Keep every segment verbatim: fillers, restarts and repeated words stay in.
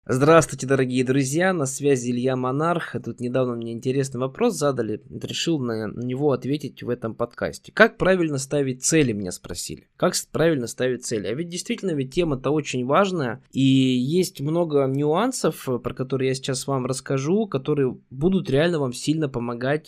Здравствуйте, дорогие друзья, на связи Илья Монарх. Тут недавно мне интересный вопрос задали, решил на него ответить в этом подкасте. Как правильно ставить цели, меня спросили. Как правильно ставить цели? А ведь действительно, ведь тема-то очень важная, и есть много нюансов, про которые я сейчас вам расскажу, которые будут реально вам сильно помогать,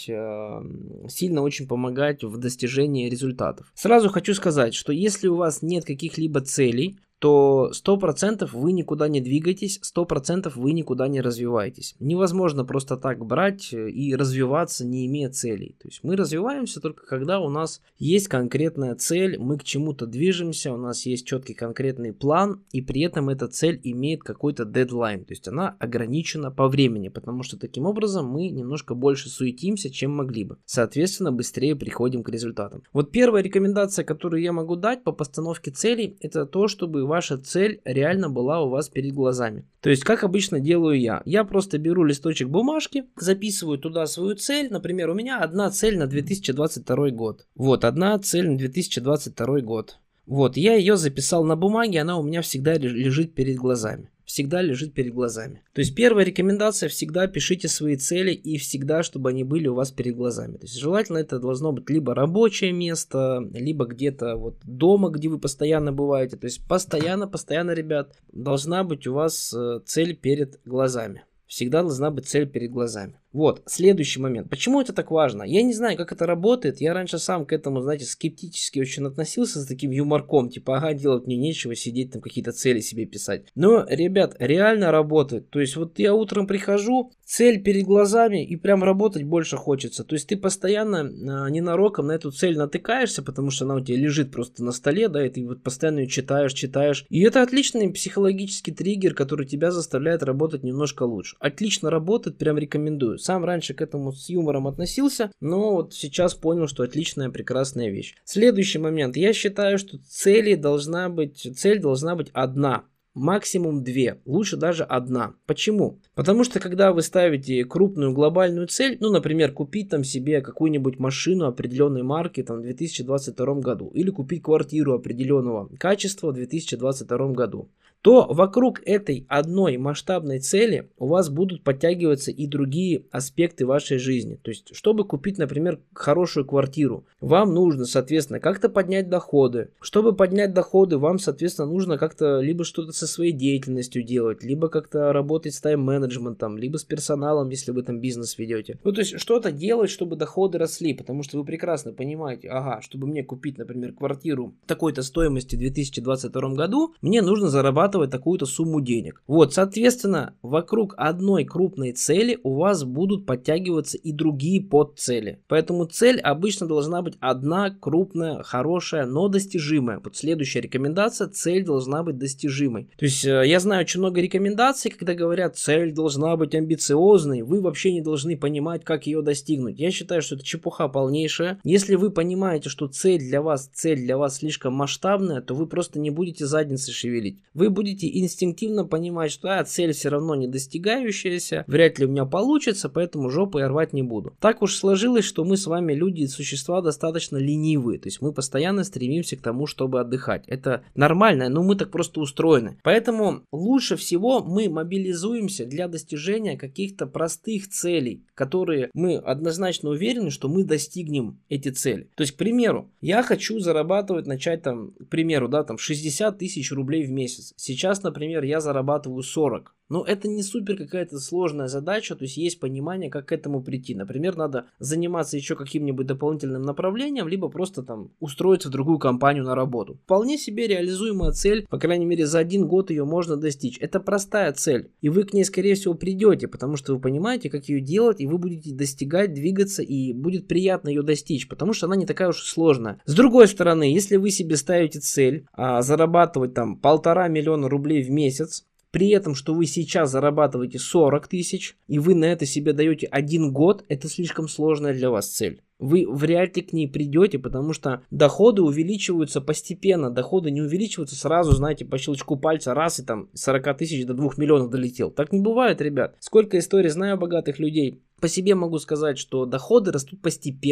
сильно очень помогать в достижении результатов. Сразу хочу сказать, что если у вас нет каких-либо целей, то сто процентов вы никуда не двигаетесь, сто процентов вы никуда не развиваетесь. Невозможно просто так брать и развиваться, не имея целей. То есть мы развиваемся только когда у нас есть конкретная цель, мы к чему-то движемся, у нас есть четкий конкретный план, и при этом эта цель имеет какой-то дедлайн. То есть она ограничена по времени, потому что таким образом мы немножко больше суетимся, чем могли бы. Соответственно, быстрее приходим к результатам. Вот первая рекомендация, которую я могу дать по постановке целей, это то, чтобы ваша цель реально была у вас перед глазами. То есть, как обычно делаю я. Я просто беру листочек бумажки, записываю туда свою цель. Например, у меня одна цель на две тысячи двадцать второй год. Вот, одна цель на две тысячи двадцать второй год. Вот, я ее записал на бумаге, она у меня всегда лежит перед глазами. Всегда лежит перед глазами. То есть первая рекомендация: всегда пишите свои цели и всегда, чтобы они были у вас перед глазами. То есть желательно это должно быть либо рабочее место, либо где-то вот дома, где вы постоянно бываете. То есть постоянно, постоянно, ребят, должна быть у вас цель перед глазами. Всегда должна быть цель перед глазами. Вот, следующий момент. Почему это так важно? Я не знаю, как это работает. Я раньше сам к этому, знаете, скептически очень относился, с таким юморком. Типа, ага, делать мне нечего, сидеть там какие-то цели себе писать. Но, ребят, реально работает. То есть, вот я утром прихожу, цель перед глазами, и прям работать больше хочется. То есть, ты постоянно а, ненароком на эту цель натыкаешься, потому что она у тебя лежит просто на столе, да, и ты вот постоянно ее читаешь, читаешь. И это отличный психологический триггер, который тебя заставляет работать немножко лучше. Отлично работает, прям рекомендую. Сам раньше к этому с юмором относился, но вот сейчас понял, что отличная, прекрасная вещь. Следующий момент. Я считаю, что цели должна быть, цель должна быть одна. Максимум две, лучше даже одна. Почему? Потому что когда вы ставите крупную глобальную цель, ну, например, купить там себе какую-нибудь машину определенной марки там, в две тысячи двадцать втором году, или купить квартиру определенного качества в две тысячи двадцать втором году, то вокруг этой одной масштабной цели у вас будут подтягиваться и другие аспекты вашей жизни. То есть, чтобы купить, например, хорошую квартиру, вам нужно, соответственно, как-то поднять доходы. Чтобы поднять доходы, вам, соответственно, нужно как-то либо что-то со своей деятельностью делать, либо как-то работать с тайм-менеджментом, либо с персоналом, если вы там бизнес ведете. Ну, то есть, что-то делать, чтобы доходы росли, потому что вы прекрасно понимаете, ага, чтобы мне купить, например, квартиру такой-то стоимости в две тысячи двадцать втором году, мне нужно зарабатывать такую-то сумму денег. Вот, соответственно, вокруг одной крупной цели у вас будут подтягиваться и другие подцели. Поэтому цель обычно должна быть одна, крупная, хорошая, но достижимая. Вот следующая рекомендация: цель должна быть достижимой. То есть я знаю очень много рекомендаций, когда говорят, цель должна быть амбициозной, вы вообще не должны понимать, как ее достигнуть. Я считаю, что это чепуха полнейшая. Если вы понимаете, что цель для вас, цель для вас слишком масштабная, то вы просто не будете задницы шевелить. Вы будете будете инстинктивно понимать, что а, цель все равно не достигающаяся, вряд ли у меня получится, поэтому жопу я рвать не буду. Так уж сложилось, что мы с вами люди и существа достаточно ленивые, то есть мы постоянно стремимся к тому, чтобы отдыхать. Это нормально, но мы так просто устроены. Поэтому лучше всего мы мобилизуемся для достижения каких-то простых целей, которые мы однозначно уверены, что мы достигнем эти цели. То есть, к примеру, я хочу зарабатывать, начать там, к примеру, да, там шестьдесят тысяч рублей в месяц. Сейчас, например, я зарабатываю сорок. Но это не супер какая-то сложная задача, то есть есть понимание, как к этому прийти. Например, надо заниматься еще каким-нибудь дополнительным направлением, либо просто там устроиться в другую компанию на работу. Вполне себе реализуемая цель, по крайней мере за один год ее можно достичь. Это простая цель, и вы к ней, скорее всего, придете, потому что вы понимаете, как ее делать, и вы будете достигать, двигаться, и будет приятно ее достичь, потому что она не такая уж и сложная. С другой стороны, если вы себе ставите цель а, зарабатывать там полтора миллиона рублей в месяц, при этом, что вы сейчас зарабатываете сорок тысяч, и вы на это себе даете один год, это слишком сложная для вас цель. Вы вряд ли к ней придете, потому что доходы увеличиваются постепенно. Доходы не увеличиваются сразу, знаете, по щелчку пальца, раз и там сорок тысяч до двух миллионов долетел. Так не бывает, ребят. Сколько историй знаю богатых людей. По себе могу сказать, что доходы растут постепенно.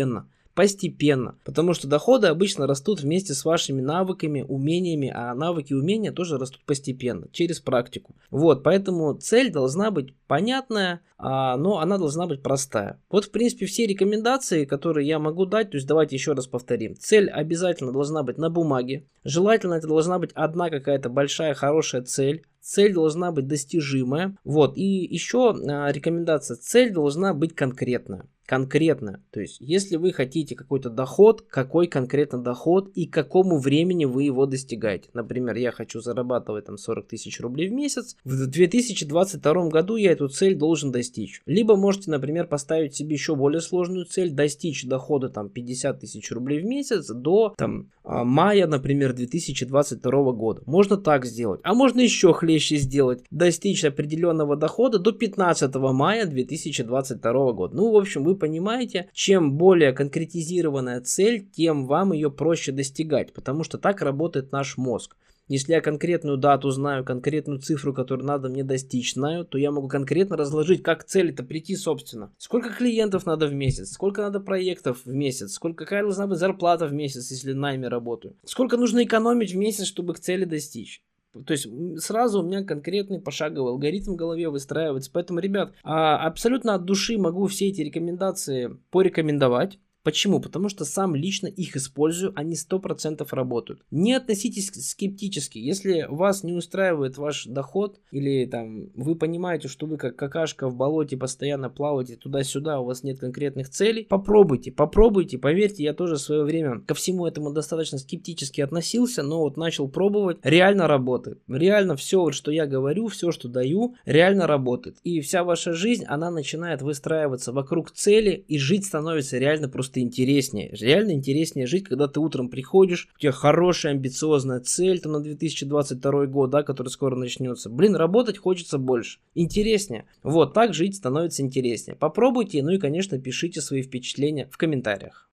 постепенно, потому что доходы обычно растут вместе с вашими навыками, умениями, а навыки и умения тоже растут постепенно, через практику. Вот, поэтому цель должна быть понятная, а, но она должна быть простая. Вот, в принципе, все рекомендации, которые я могу дать, то есть давайте еще раз повторим. Цель обязательно должна быть на бумаге, желательно это должна быть одна какая-то большая хорошая цель. Цель должна быть достижимая. Вот. И еще а, рекомендация. Цель должна быть конкретная. Конкретно. То есть, если вы хотите какой-то доход, какой конкретно доход и к какому времени вы его достигаете. Например, я хочу зарабатывать там сорок тысяч рублей в месяц. В две тысячи двадцать втором году я эту цель должен достичь. Либо можете, например, поставить себе еще более сложную цель, достичь дохода там пятьдесят тысяч рублей в месяц до там мая, например, две тысячи двадцать второго года. Можно так сделать. А можно еще хлеще сделать. Достичь определенного дохода до пятнадцатого мая две тысячи двадцать второго года. Ну, в общем, вы понимаете, чем более конкретизированная цель, тем вам ее проще достигать, потому что так работает наш мозг. Если я конкретную дату знаю, конкретную цифру, которую надо мне достичь, знаю, то я могу конкретно разложить, как к цели-то прийти, собственно. Сколько клиентов надо в месяц, сколько надо проектов в месяц, сколько, какая должна быть зарплата в месяц, если в найме работаю. Сколько нужно экономить в месяц, чтобы к цели достичь. То есть сразу у меня конкретный пошаговый алгоритм в голове выстраивается. Поэтому, ребят, абсолютно от души могу все эти рекомендации порекомендовать. Почему? Потому что сам лично их использую, они сто процентов работают. Не относитесь скептически. Если вас не устраивает ваш доход, или там вы понимаете, что вы как какашка в болоте постоянно плаваете туда-сюда, у вас нет конкретных целей, попробуйте, попробуйте. Поверьте, я тоже в свое время ко всему этому достаточно скептически относился, но вот начал пробовать. Реально работает. Реально все, вот, что я говорю, все, что даю, реально работает. И вся ваша жизнь, она начинает выстраиваться вокруг цели, и жить становится реально просто интереснее. Реально интереснее жить, когда ты утром приходишь, у тебя хорошая амбициозная цель там, на две тысячи двадцать второй год, да, который скоро начнется. Блин, работать хочется больше. Интереснее. Вот так жить становится интереснее. Попробуйте, ну и, конечно, пишите свои впечатления в комментариях.